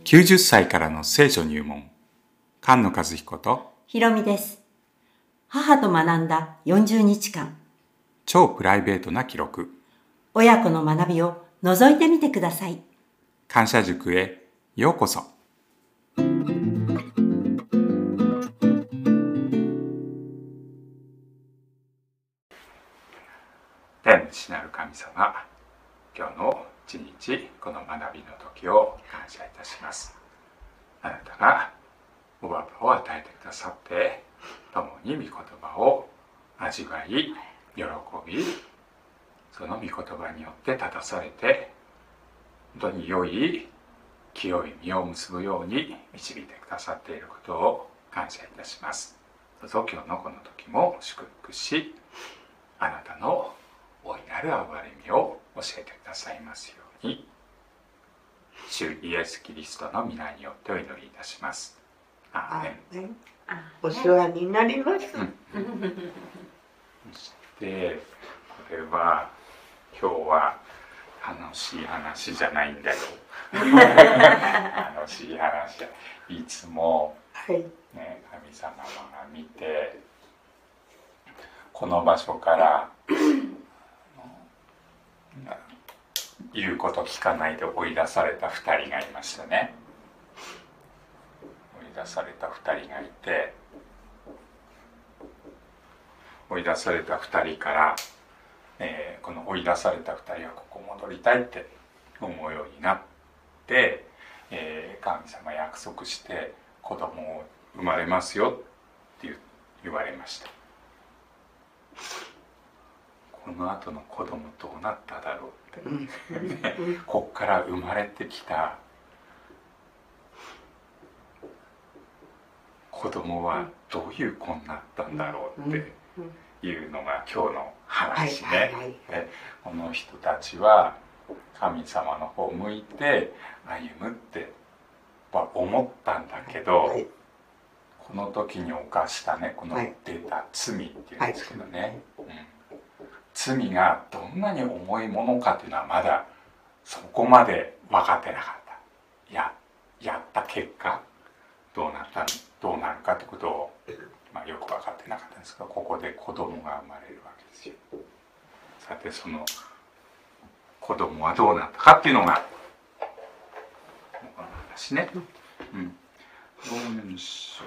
90歳からの聖書入門、菅野和彦とひろみです。母と学んだ40日間。 超プライベートな記録。 親子の学びを覗いてみてください。 感謝塾へようこそ。天父なる神様、今日の一日この学びの時を感謝いたします。あなたがおばばを与えてくださって共に御言葉を味わい喜び、その御言葉によって立たされて本当に良い清い実を結ぶように導いてくださっていることを感謝いたします。どうぞ今日のこの時も祝福し、あなたの大いなる憐れみを教えてくださいますように、主イエスキリストの皆によってお祈りいたします。アーメン。 お世話になります。 そしてこれは今日は楽しい話じゃないんだよ。楽しい話。いつも、ね、神様が見てこの場所から言うこと聞かないで追い出された2人がいましたね。追い出された2人がいて、追い出された2人から、この追い出された2人はここ戻りたいって思うようになって、神様約束して子供を生まれますよって言われました。この後の子供どうなっただろうって、こっから生まれてきた子供はどういう子になったんだろうっていうのが今日の話ね。この人たちは神様の方を向いて歩むっては思ったんだけど、この時に犯したね、この出た罪っていうんですけどね、罪がどんなに重いものかっていうのはまだそこまで分かってなかった。やった結果どうなるかってことを、よく分かってなかったんですが、ここで子供が生まれるわけですよ。さてその子供はどうなったかっていうのがこの話ね。文章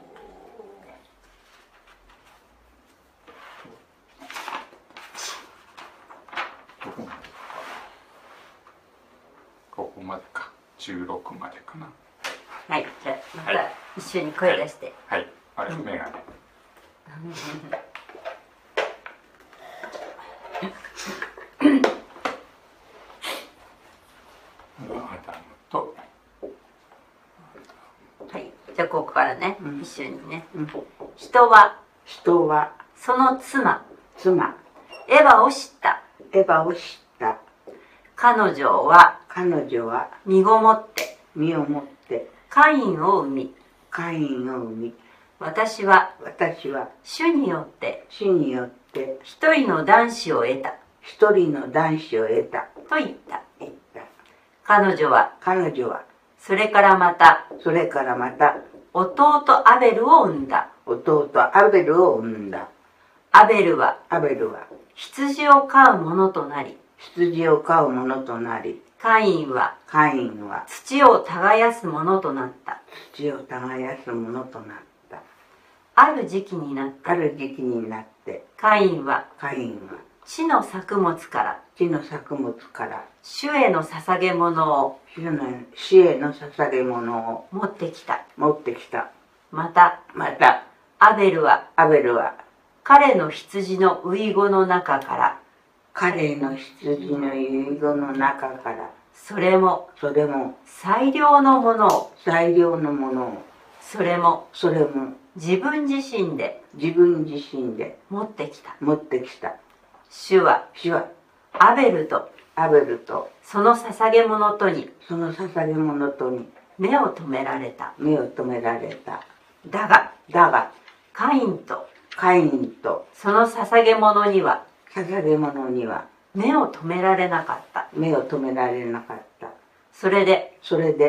ここまでか、16までかな。 はい、じゃあまた一緒に声出して。 はい、あれ、メガネ。 はい、じゃあここからね、一緒にね。人はその妻エヴァを知った。彼女は身ごもってカインを生み、私は主によって一人の男子を得たと言った。彼女はそれからまた弟アベルを産んだ。アベルは羊を飼う者となり、カインは土を耕す者となった。ある時期になってカインは地の作物から主への捧げ物を持ってきた。またアベルは彼の羊の遺言の中からそれも最良のものをそれも自分自身で持ってきた。主はアベルとその捧げ物とに目を留められた。だがカインとその捧げ物には目を留められなかった。それで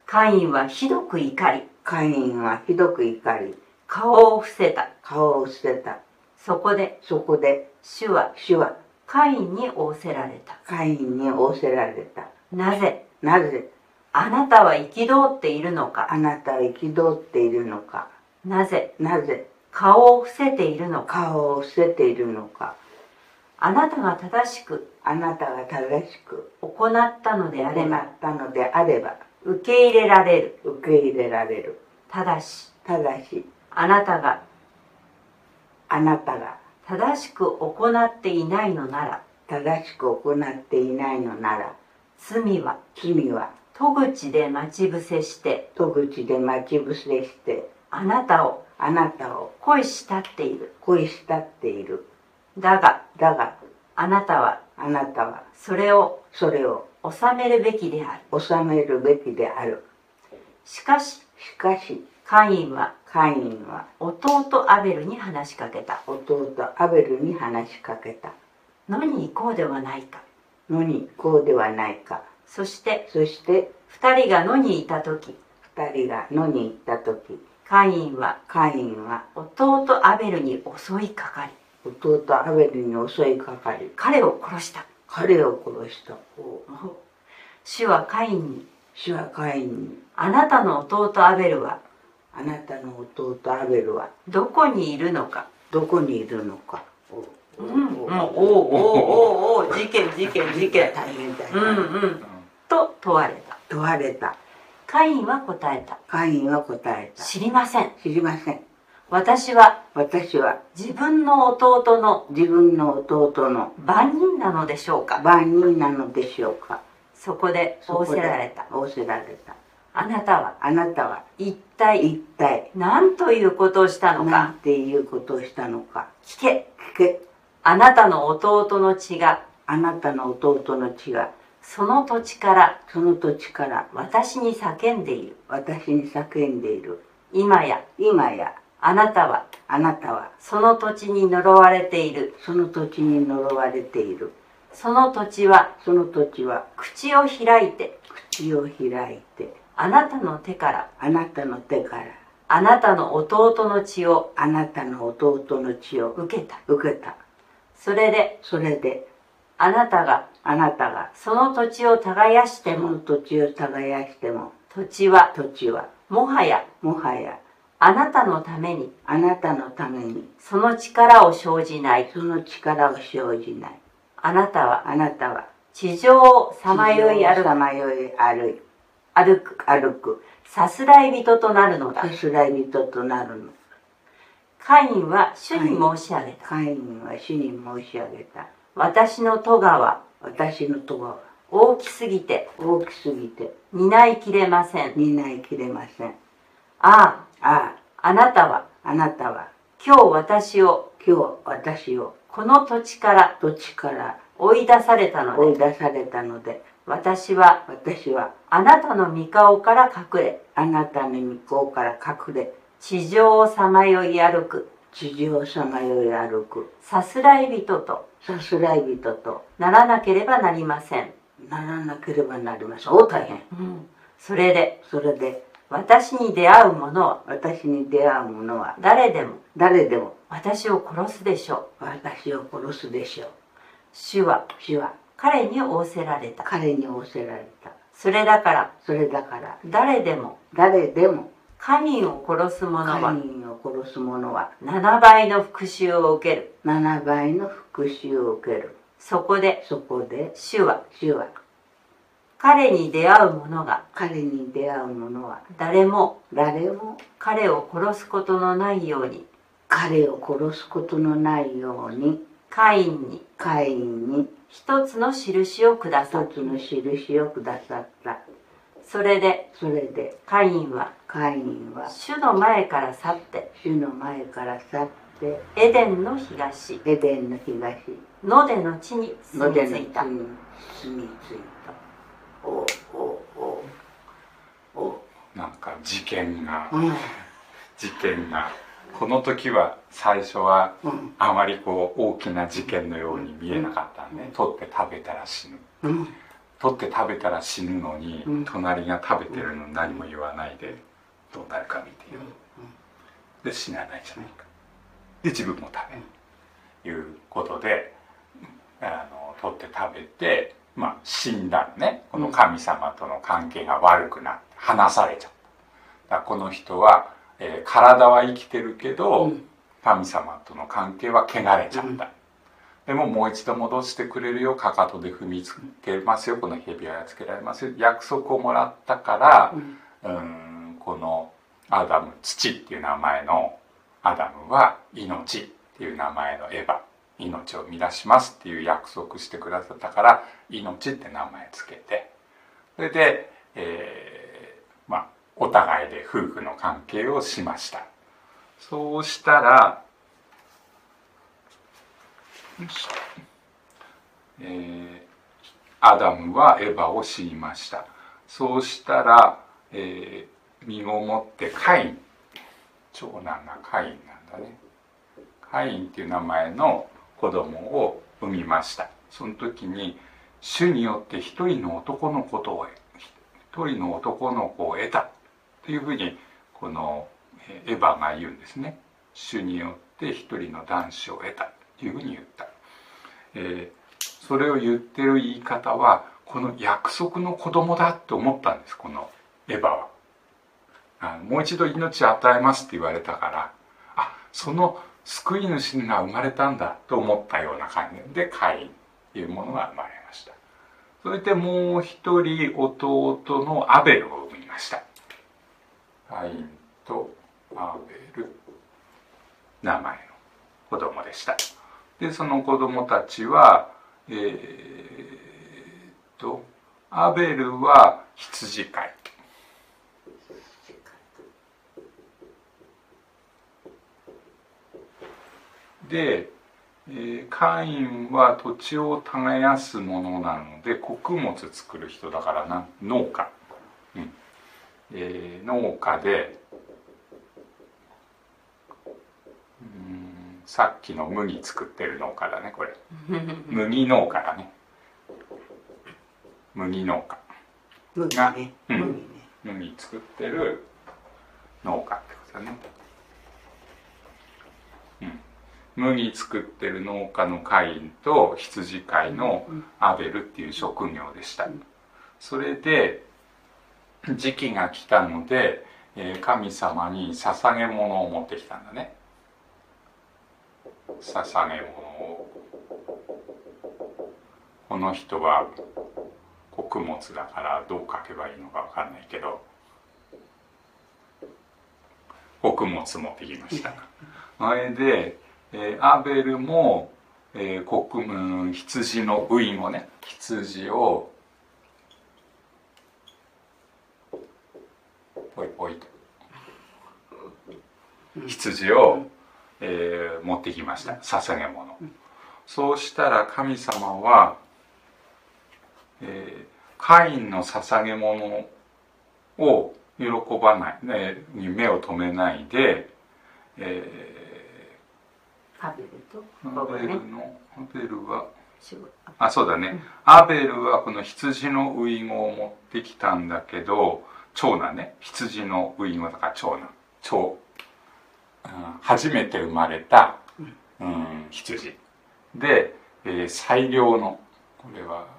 カインはひどく怒り、 カインはひどく怒り、 顔を伏せた。 顔を捨てた。 そこでそこで主は主はカインに仰せられた。 カインに仰せられた。 なぜなぜあなたは憤っているのか。 あなたは憤っているのか。 なぜなぜ顔を伏せているのか。 顔を伏せているのか。 あなたが正しくあなたが正しく行ったのであれ行ばったのであれば受け入れられる。 受け入れられる。 ただしただしあなたがあなたが正しく行っていないのなら、 正しく行っていないのなら、 罪は罪は戸口で待ち伏せして戸口で待ち伏せしてあなたをあなたを恋したっている。 恋したっている。 だがだがあなたはあなたはそれをそれを収めるべきである。 収めるべきである。 しかししかしカインはカインは弟アベルに話しかけた。 弟アベルに話しかけた野に行こうではないか。 のにこうではないか。 そしてそして二人が野にいた時、 二人が野に行った時、 カインはカインは弟アベルに襲いかかり、 弟アベルに襲いかかり彼を殺した。 彼を殺した。 主はカインに、 主はカインに、 あなたの弟アベルはあなたの弟アベルはどこにいるのか。 どこにいるのか。 もうおう事件事件事件。 大変だと問われた。 問われた。 カインは答えた。 カインは答えた。 知りません。 知りません。 私は私は自分の弟の自分の弟の番人なのでしょうか。 番人なのでしょうか。 そこで仰せられた。 仰せられた。 あなたはあなたは一体一体何ということをしたのなんか。 ていうことをしたのか。 聞け。 聞け。 あなたの弟の血があなたの弟の血がその土地からその土地から私に叫んでいる。 私に叫んでいる。 今や今やあなたはあなたはその土地に呪われている。 その土地に呪われている。 その土地はその土地は口を開いて口を開いてあなたの手からあなたの手からあなたの弟の血をあなたの弟の血を受けた。 受けた。 それでそれであなたがあなたがその土地を耕してそのも土地を耕しても土地は土地はもはやもはやあなたのためにあなたのためにその力を生じない。 その力を生じない。 あなたはあなたは地上をさまよいさまよい歩く歩くさすらい人となるのだ。 さすらい人となるの。 カインは主に申し上げた。 カインは主に申し上げた。 私の咎は私の咎は大きすぎて大きすぎて担いきれません。 担いきれません。 ああ、 ああなたはあ、あなたは今日私をこの土地から追い出されたので、私はあなたの御顔から隠れ、 あなたの御顔から隠れ、 地上をさまよい歩くさすらい人とならなければなりません。 ならなければなりません。お、大変。 それで私に出会う者は誰でも私を殺すでしょう。主は彼に仰せられた。それだから誰でもカインを殺す者は7倍の復讐を受ける。そこで主は彼に出会う者が誰も彼を殺すことのないようにカインに一つの印をくださった。それでカインは主の前から去ってエデンの東ノデの地に住み着いた。 なんか事件がこの時は最初はあまりこう大きな事件のように見えなかったんで、取って食べたら死ぬ。 取って食べたら死ぬのに、 うん隣が食べてるのに何も言わないでどうなるか見てよ、で死なないじゃないか、で自分も食べる、いうことで取って食べて、まあ、死んだのね。この神様との関係が悪くなって離されちゃった。だからこの人は、体は生きてるけど、神様との関係は汚れちゃった、でももう一度戻してくれるよ、かかとで踏みつけますよ、この蛇はやっつけられますよ、約束をもらったから、このアダム、土っていう名前のアダムは命っていう名前のエヴァ、命を生み出しますっていう約束してくださったから、命って名前つけて、それで、まあお互いで夫婦の関係をしました。そうしたら、アダムはエヴァを知りました。そうしたら、身ごもってカイン、長男がカインなんだね。カインっていう名前の子供を産みました。その時に主によって一人の男の子を得たというふうにこのエヴァが言うんですね。主によって一人の男子を得たというふうに言った。それを言ってる言い方はこの約束の子供だと思ったんです、このエヴァは。もう一度命を与えますって言われたから、その救い主が生まれたんだと思ったような感じでカインというものが生まれました。それでもう一人弟のアベルを産みました。カインとアベル、名前の子供でした。でその子供たちはアベルは羊飼いで、カインは土地を耕すものなので穀物作る人だから農家、農家でさっきの麦作ってる農家だね、これ麦農家だね、麦農家が麦作ってる農家ってことだね。麦作ってる農家のカインと羊飼いのアベルっていう職業でした。それで時期が来たので神様に捧げ物を持ってきたんだね。捧げ物を、この人は穀物だからどう書けばいいのか分かんないけど穀物持ってきました。それでアベルも、羊のウインをね、羊をポイポイと羊を、持ってきました、捧げ物。そうしたら神様は、カインの捧げ物を喜ばない、に目を留めないで、 アベルとアベルはそうだね、アベルはこの羊のウインゴを持ってきたんだけど、長男ね、羊のウインゴだから長男、初めて生まれた、羊で、最良の、これは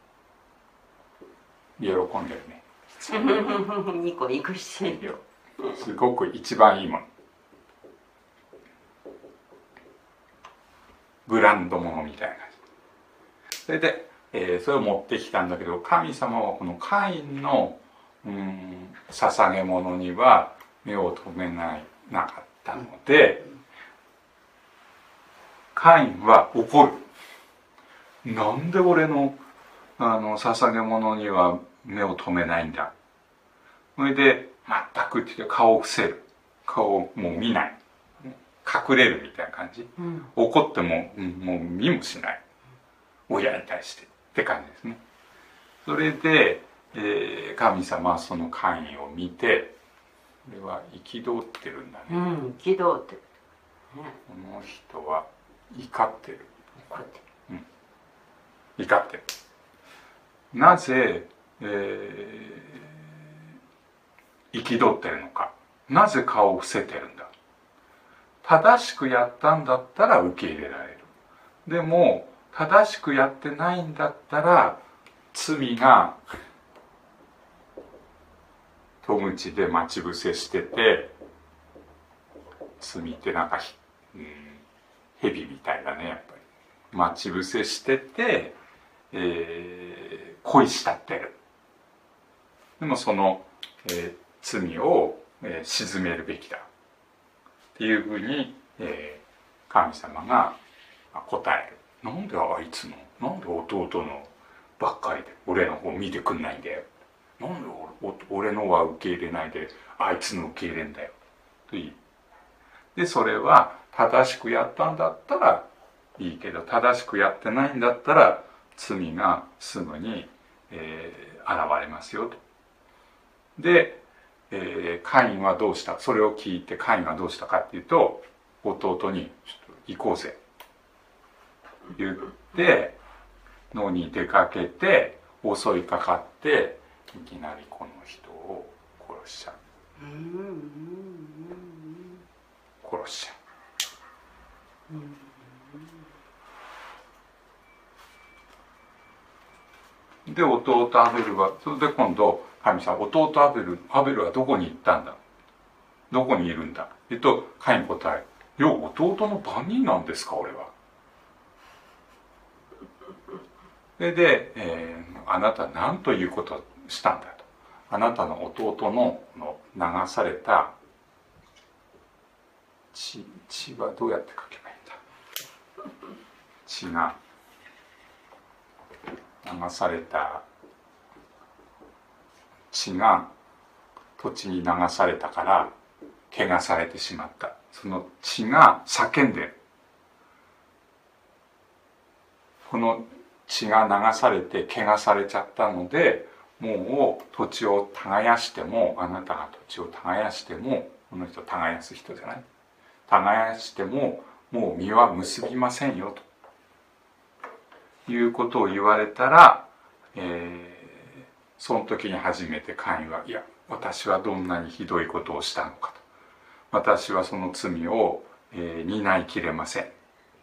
喜んでるねニコニコしてる。 すごく一番いいもの、ブランド物みたいな感じ。それで、それを持ってきたんだけど、神様はこのカインの捧げ物には目を留めなかったので、カインは怒る。なんで俺の捧げ物には目を留めないんだ。それで全くって言って顔を伏せる。顔をもう見ない。隠れるみたいな感じ。怒っても、もう見もしない。親に対してって感じですね。それで、神様はそのカインを見て、これは憤ってるんだね。 憤ってる。 この人は怒ってる。怒ってる。 なぜ、憤ってるのか、なぜ顔を伏せてるんだ。正しくやったんだったら受け入れられる。でも正しくやってないんだったら罪が戸口で待ち伏せしてて、罪ってなんか蛇みたいだね、やっぱり待ち伏せしてて、恋したってる。でもその、罪を、鎮めるべきだっていうふうに、神様が答える。なんであいつの、なんで弟のばっかりで俺の方見てくんないんだよ、なんで俺のは受け入れないであいつの受け入れんだよと言う。でそれは正しくやったんだったらいいけど、正しくやってないんだったら罪がすぐに、現れますよと。で、カインはどうした、それを聞いてカインはどうしたかっていうと、弟にちょっと行こうぜ言ってのに出かけて、襲いかかっていきなりこの人を殺しちゃう。殺しちゃう。で弟アベルはそれで今度神様、弟アベルはどこに行ったんだ、どこにいるんだ。カイン答え、いや弟の番人なんですか俺は。それで、あなた何ということをしたんだと。あなたの弟の流された血はどうやって書けばいいんだ。血が流された血が土地に流されたから怪我されてしまった。その血が叫んでる。この血が流されて怪我されちゃったので、もう土地を耕しても、あなたが土地を耕しても、この人耕す人じゃない、耕してももう実は結びませんよということを言われたら、その時に初めてカインは、いや私はどんなにひどいことをしたのかと、私はその罪を、担いきれません、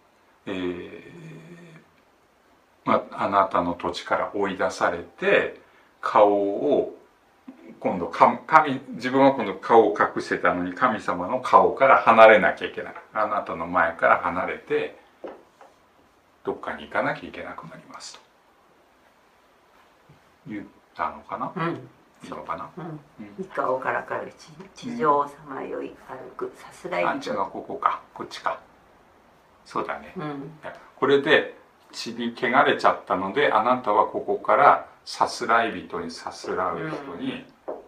あなたの土地から追い出されて、顔を今度自分は今度顔を隠してたのに神様の顔から離れなきゃいけない、あなたの前から離れてどっかに行かなきゃいけなくなりますと言ったのかな、いいのかな、 三日をからかう地上をさまよい歩くさすらい人。 あんちゃんがここか、こっちか、そうだね、これで血に汚れちゃったので、あなたはここからさすらい人にさすらう人に、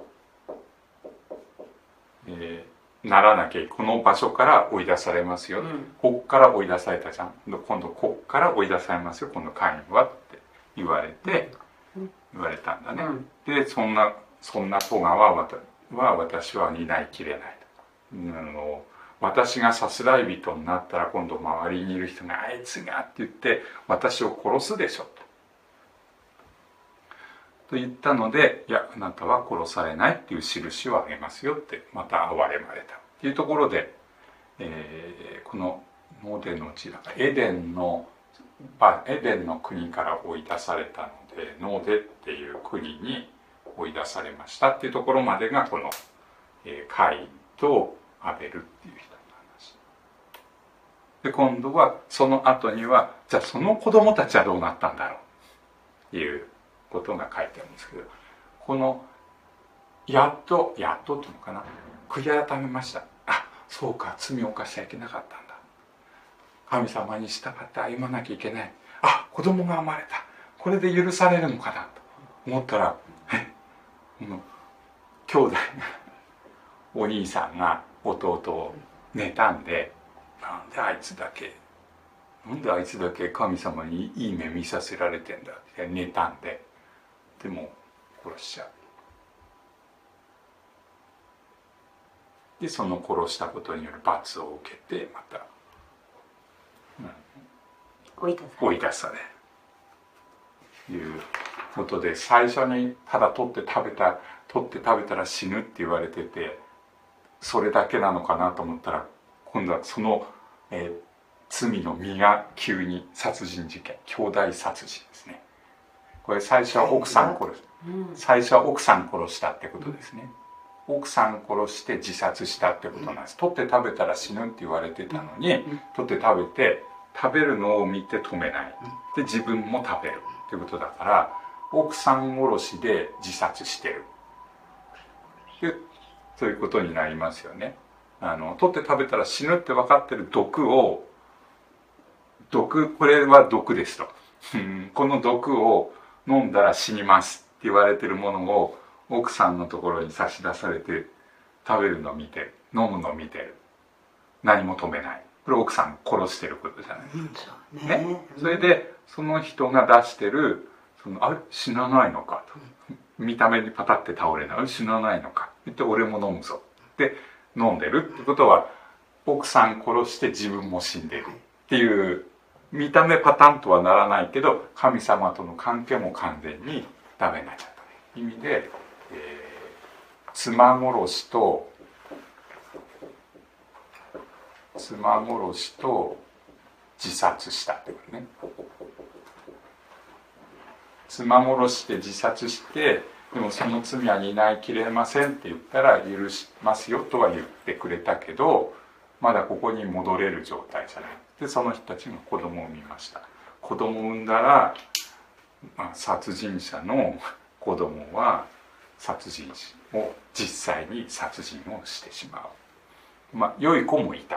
ならなきゃ、この場所から追い出されますよ、こっから追い出されたじゃん、今度こっから追い出されますよ今度カインはって言われたんだね、でそんな咎は私は担いきれないと、私がさすらい人になったら今度周りにいる人があいつがって言って私を殺すでしょと言ったので、いやあなたは殺されないっていう印をあげますよってまた憐れまれたっていうところで、このノデの地だからエデンの国から追い出されたので、ノデっていう国に追い出されましたっていうところまでがこの、カインとアベルっていう人の話で、今度はその後にはじゃあその子供たちはどうなったんだろうっていうことが書いてあるんですけど、このやっとっていうのかな、悔い改めました。あ、そうか、罪を犯しちゃいけなかったんだ、神様に従って歩まなきゃいけない、あ、子供が生まれた、これで許されるのかなと思ったら、兄弟がお兄さんが弟を妬んで、なんであいつだけ神様にいい目見させられてんだって妬んで、でも殺しちゃう。でその殺したことによる罰を受けてまた、追い出されるということで、最初にただ取って食べたら死ぬって言われてて、それだけなのかなと思ったら、今度はその、罪の実が急に殺人事件、兄弟殺人ですね。これ最初は奥さん殺したってことですね。奥さん殺して自殺したってことなんです。取って食べたら死ぬって言われてたのに、取って食べて、食べるのを見て止めない。で、自分も食べるってことだから、奥さん殺しで自殺してる。で、そういうことになりますよね。取って食べたら死ぬって分かってるこれは毒ですと。この毒を飲んだら死にますって言われてるものを奥さんのところに差し出されて、食べるのを見てる、飲むのを見てる、何も止めない。これ奥さん殺してることじゃないですか。ね。それでその人が出してるあれ死なないのかと、見た目にパタって倒れない、死なないのかって言って、俺も飲むぞって飲んでるってことは、奥さん殺して自分も死んでるっていう、見た目パタンとはならないけど、神様との関係も完全にダメになっちゃったという意味で、妻殺しと自殺したってことね。妻殺して自殺して、でもその罪は担いきれませんって言ったら許しますよとは言ってくれたけど、まだここに戻れる状態じゃない。でその人たちが子供を産みました。子供を産んだら、殺人者の子供は殺人を実際に殺人をしてしまう。良い子もいた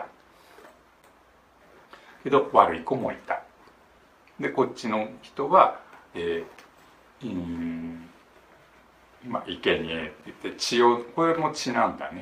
けど悪い子もいた。でこっちの人は、生贄って言って血を、これも血なんだね。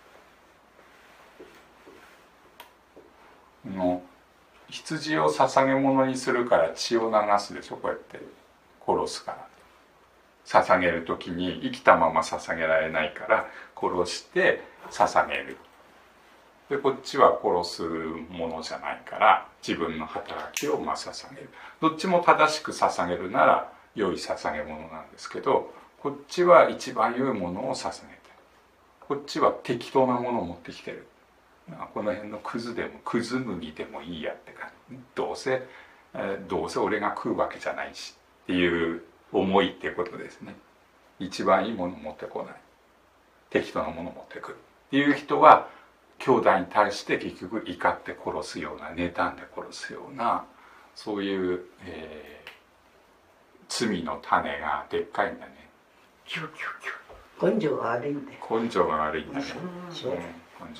羊を捧げ物にするから血を流すでしょ。こうやって殺すから。捧げる時に生きたまま捧げられないから殺して捧げる。でこっちは殺すものじゃないから自分の働きを捧げる。どっちも正しく捧げるなら良い捧げ物なんですけど、こっちは一番良いものを捧げてる。こっちは適当なものを持ってきてる。この辺のクズ麦でもいいやって感じ。どうせ俺が食うわけじゃないしっていう思いっていうことですね。一番いいものを持ってこない、適当なものを持ってくるっていう人は兄弟に対して結局怒って殺すような、妬んで殺すような、そういう、罪の種がでっかいんだね。 根性が悪いんだよ。 根性が悪いんだね。根性が悪い。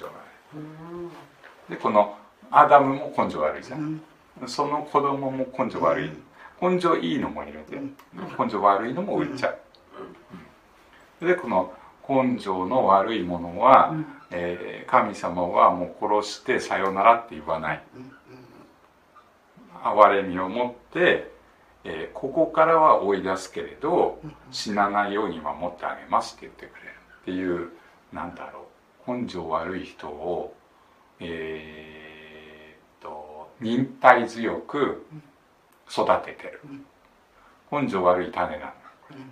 でこのアダムも根性悪いじゃん。その子供も根性悪い。根性いいのもいるんで、根性悪いのも売っちゃう。でこの根性の悪いものは、神様はもう殺してさよならって言わない。憐れみを持って、ここからは追い出すけれど死なないように守ってあげますって言ってくれるっていう、なんだろう、根性悪い人を忍耐強く育ててる。根性悪い種なんだ。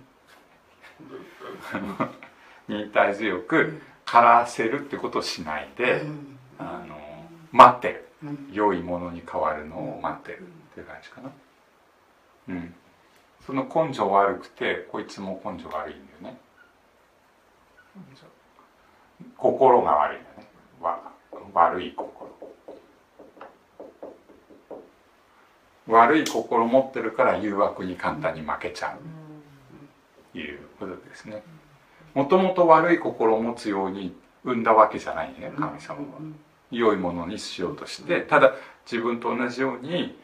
忍耐強く枯らせるってことをしないで、待ってる。良いものに変わるのを待ってるっていう感じかな。その根性悪くて、こいつも根性悪いんだよね。心が悪いんだね。悪い心。悪い心持ってるから誘惑に簡単に負けちゃうということですね。もともと悪い心を持つように生んだわけじゃないね、神様は。良いものにしようとして、ただ自分と同じように、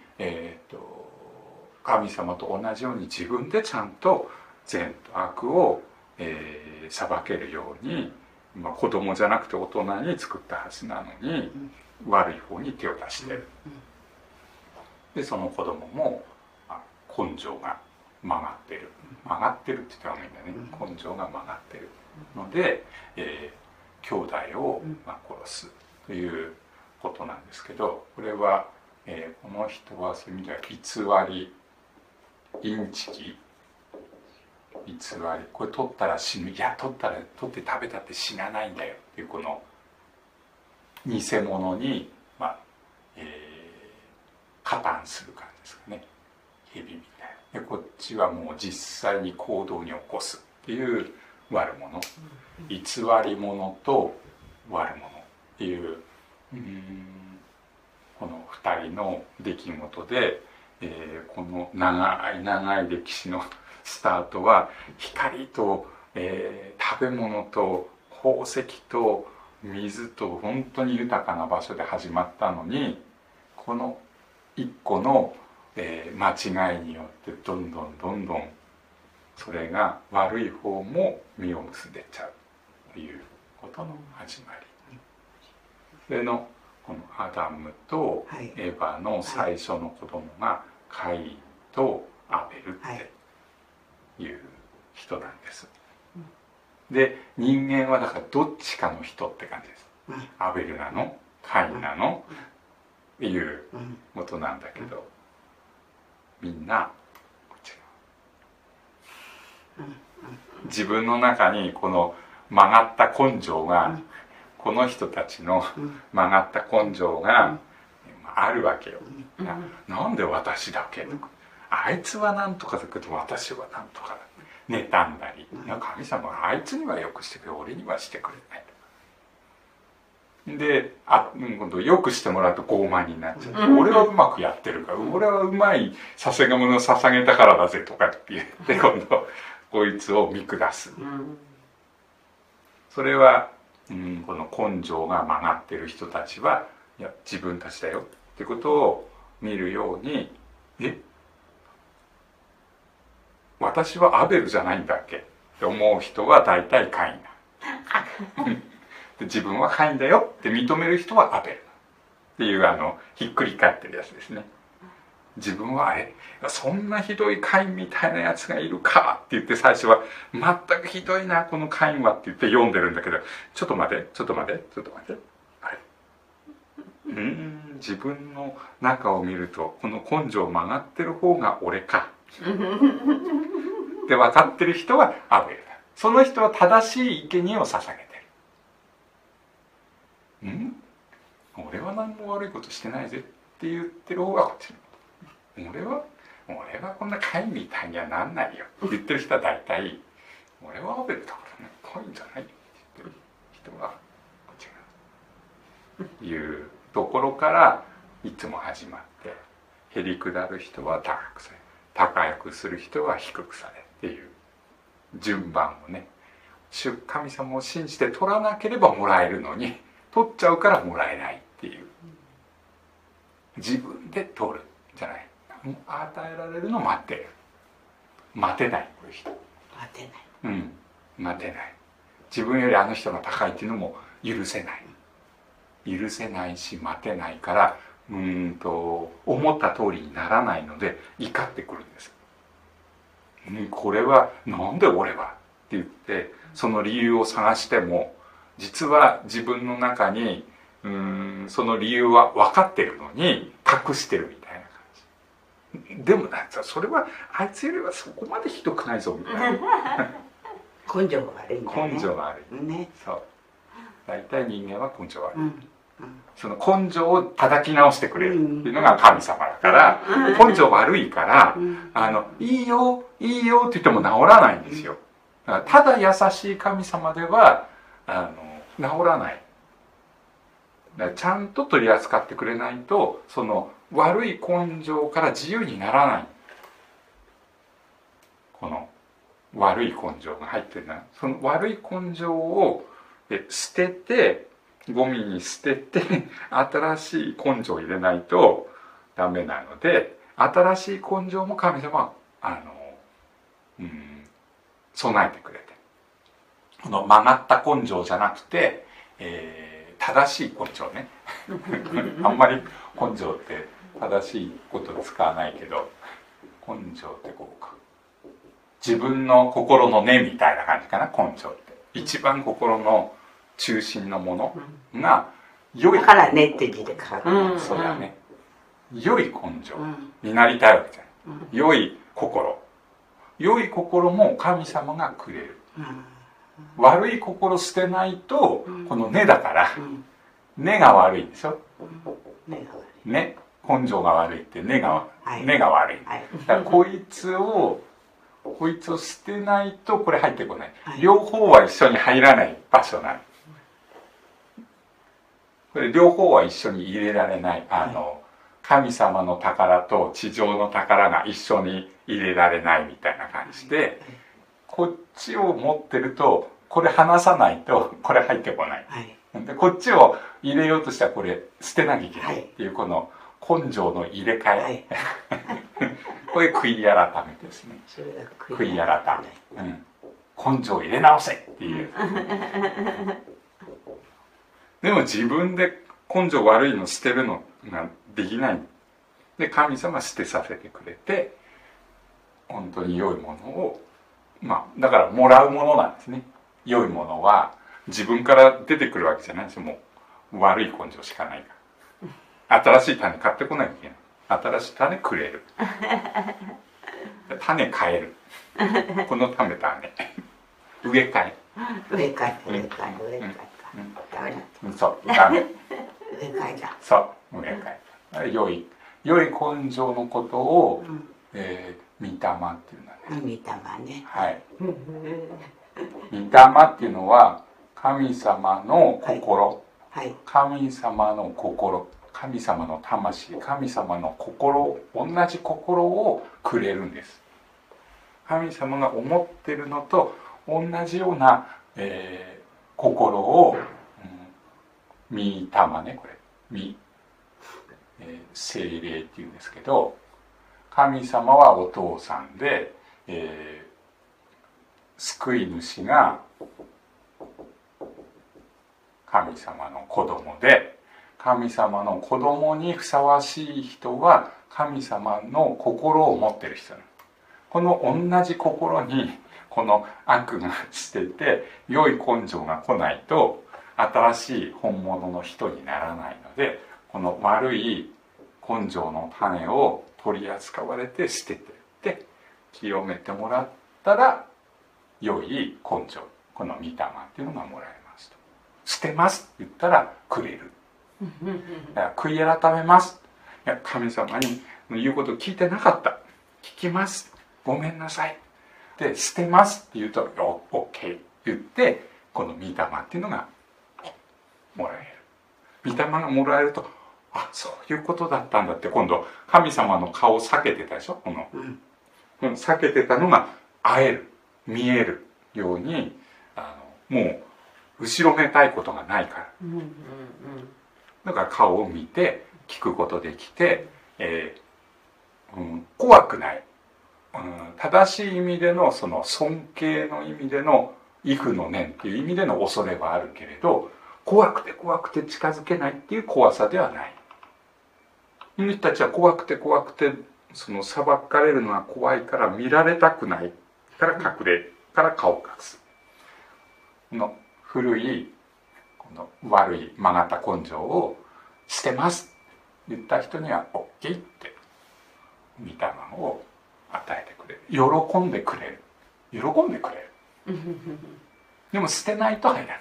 神様と同じように自分でちゃんと善と悪を、裁けるように、子供じゃなくて大人に作ったはずなのに、悪い方に手を出してる。でその子供も根性が曲がってるって言った方がいいんだね。根性が曲がってるので、兄弟を殺すということなんですけど、これは、この人はそういう意味では偽り、インチキ、 偽り、これ取ったら死ぬ、いや取って食べたって死なないんだよっていうこの偽物に、加担する感じですかね。蛇みたいな。でこっちはもう実際に行動に起こすっていう悪者、偽り者と悪者っていう、この2人の出来事で、この長い歴史のスタートは光と、食べ物と宝石と水と本当に豊かな場所で始まったのに、この一個の、間違いによってどんどんそれが悪い方も実を結んでっちゃうということの始まり。それのこのアダムとエヴァの最初の子供がカインとアベルっていう人なんです。で人間はだからどっちかの人って感じです。アベルなのカインなのっていうことなんだけど、みんなこっち側、自分の中にこの曲がった根性が、この人たちの曲がった根性があるわけよ。なんで私だけとか、あいつはなんとかだけど私はなんとかだ、妬んだり、神様はあいつにはよくしてくれ、俺にはしてくれないで、今度よくしてもらうと傲慢になっちゃう。俺はうまくやってるから、俺はうまい捧げ物を捧げたからだぜとかって言って今度こいつを見下す。それは、この根性が曲がってる人たちは、いや自分たちだよってことを見るように、私はアベルじゃないんだっけって思う人は大体カインだ。で自分はカインだよって認める人はアベルっていうひっくり返ってるやつですね。自分はそんなひどいカインみたいなやつがいるかって言って、最初は全くひどいなこのカインはって言って読んでるんだけど、ちょっと待ってあれ自分の中を見るとこの根性曲がってる方が俺かって分かってる人はアベルだ。その人は正しい生贄を捧げてる。俺は何も悪いことしてないぜって言ってる方がこっち。俺はこんなカインみたいにはなんないよって言ってる人は大体俺はアベルだからね、カインじゃないって言ってる人がこっちがいうところからいつも始まって、へりくだる人は高くされ、高くする人は低くされっていう順番をね、神様を信じて取らなければもらえるのに取っちゃうからもらえないっていう、自分で取るんじゃない、与えられるのを待ってる、待てない、こういう人待てない、自分よりあの人が高いっていうのも許せないし待てないから、思った通りにならないので怒ってくるんです。これはなんで俺はって言ってその理由を探しても、実は自分の中にその理由は分かってるのに隠してるみたいな感じ。でもそれはあいつよりはそこまでひどくないぞみたいな根性が悪いんだよね。 根性が悪いね。そう、大体人間は根性悪い、その根性を叩き直してくれるっていうのが神様だから、根性悪いからいいよって言っても治らないんですよ。ただ優しい神様では治らない。ちゃんと取り扱ってくれないとその悪い根性から自由にならない。この悪い根性が入ってるな、その悪い根性を捨てて、ゴミに捨てて新しい根性を入れないとダメなので、新しい根性も神様は備えてくれて、この曲がった根性じゃなくて、正しい根性ねあんまり根性って正しいこと使わないけど、根性ってこうか、自分の心の根みたいな感じかな。根性って一番心の中心のものが良い、 だからねって字で書く、 そうだね、良い根性になりたいわけじゃない、良い心良い心も神様がくれる。悪い心捨てないと、この根だから、根が悪いでしょ。根、根性が悪いって根が悪い。だからこいつを捨てないとこれ入ってこない。両方は一緒に入らない場所なの。これ両方は一緒に入れられない。神様の宝と地上の宝が一緒に入れられないみたいな感じで、こっちを持ってるとこれ離さないとこれ入ってこない。でこっちを入れようとしたらこれ捨てなきゃいけないっていうこの根性の入れ替え、これ悔い改めですね。悔い改め、根性を入れ直せっていう。でも自分で根性悪いの捨てるのができない。で神様捨てさせてくれて、本当に良いものを、だからもらうものなんですね。良いものは自分から出てくるわけじゃないですよ。もう悪い根性しかないから。新しい種買ってこなきゃいけない。新しい種くれる。種変える。この種植え替え。そう、ダメ。そう、植え替え。良い根性のことを、御霊っていうのはね。 御霊ね。 はい。御霊っていうのは神様の心、神様の心、神様の魂、神様の心、同じ心をくれるんです。神様が思ってるのと同じような、心を、御霊ね、これ聖霊っていうんですけど、神様はお父さんで、救い主が神様の子供で、神様の子供にふさわしい人は神様の心を持ってる人なの。この同じ心にこの悪が捨てて良い根性が来ないと新しい本物の人にならないので、この悪い根性の種を取り扱われて捨ててって清めてもらったら良い根性、この御霊っていうのがもらえますと。捨てますって言ったらくれる。だから悔い改めます。いや神様に言うこと聞いてなかった。聞きます。ごめんなさい。で捨てますって言うとオッケーって言ってこの御霊っていうのがもらえる。御霊がもらえると、あ、そういうことだったんだって、今度神様の顔を避けてたでしょ。この避けてたのが会える、見えるようにもう後ろめたいことがないから、だから顔を見て聞くことできて、怖くない、正しい意味でのその尊敬の意味での畏怖の念っていう意味での恐れはあるけれど、怖くて近づけないっていう怖さではない。犬たちは怖くてその裁かれるのが怖いから見られたくないから隠れから顔を隠す。この古いこの悪い曲がった根性を捨てますって言った人には OK って御霊を与えてくれる。喜んでくれる。でも捨てないと入らない。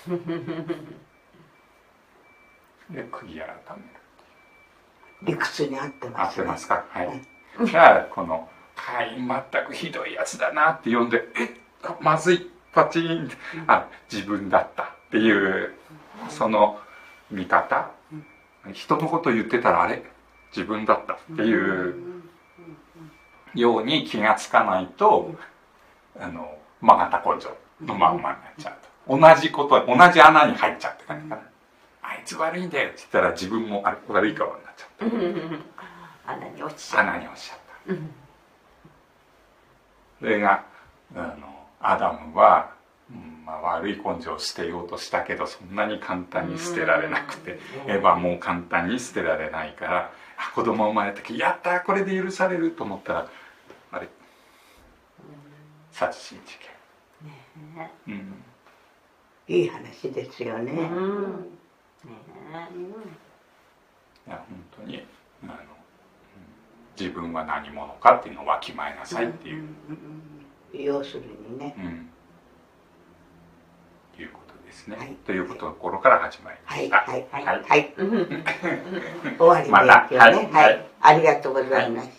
で悔い改める。 理屈に合ってます、 合ってますか。はい。じゃあこのカイン全くひどいやつだなって呼んで、まずい、パチンって、自分だったっていうその見方、人のこと言ってたらあれ自分だったっていうように気がつかないと、曲がった根性のまんまになっちゃうと、同じ穴に入っちゃうって感じかな。あいつ悪いんだよって言ったら自分も悪い顔になっちゃった。 穴に落ちちゃった。 それがアダムは、悪い根性を捨てようとしたけどそんなに簡単に捨てられなくて、エヴァも簡単に捨てられないから、子供生まれた時やったこれで許されると思ったらあれ殺人事件、 いい話ですよね。 いや本当に自分は何者かっていうのをわきまえなさいっていう、 要するにね、 いうことですね、 はい、 というところから始まりました。 はいはいはいはい、終わりまた、 ですよね。はい、ありがとうございました。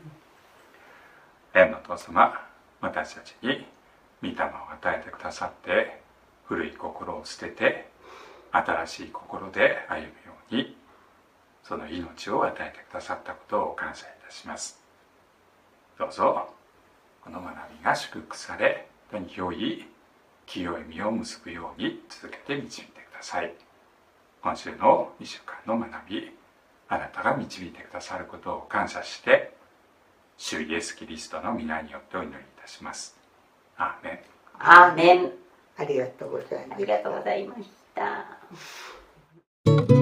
天の父様、私たちに御霊を与えてくださって、古い心を捨てて新しい心で歩むように、その命を与えてくださったことを感謝いたします。どうぞこの学びが祝福され、本当に良い清い実を結ぶように続けて導いてください。今週の2週間の学び、あなたが導いてくださることを感謝して、主イエスキリストの皆によってお祈りいたします。アーメン。 アーメン。 ありがとうございました。 ありがとうございました。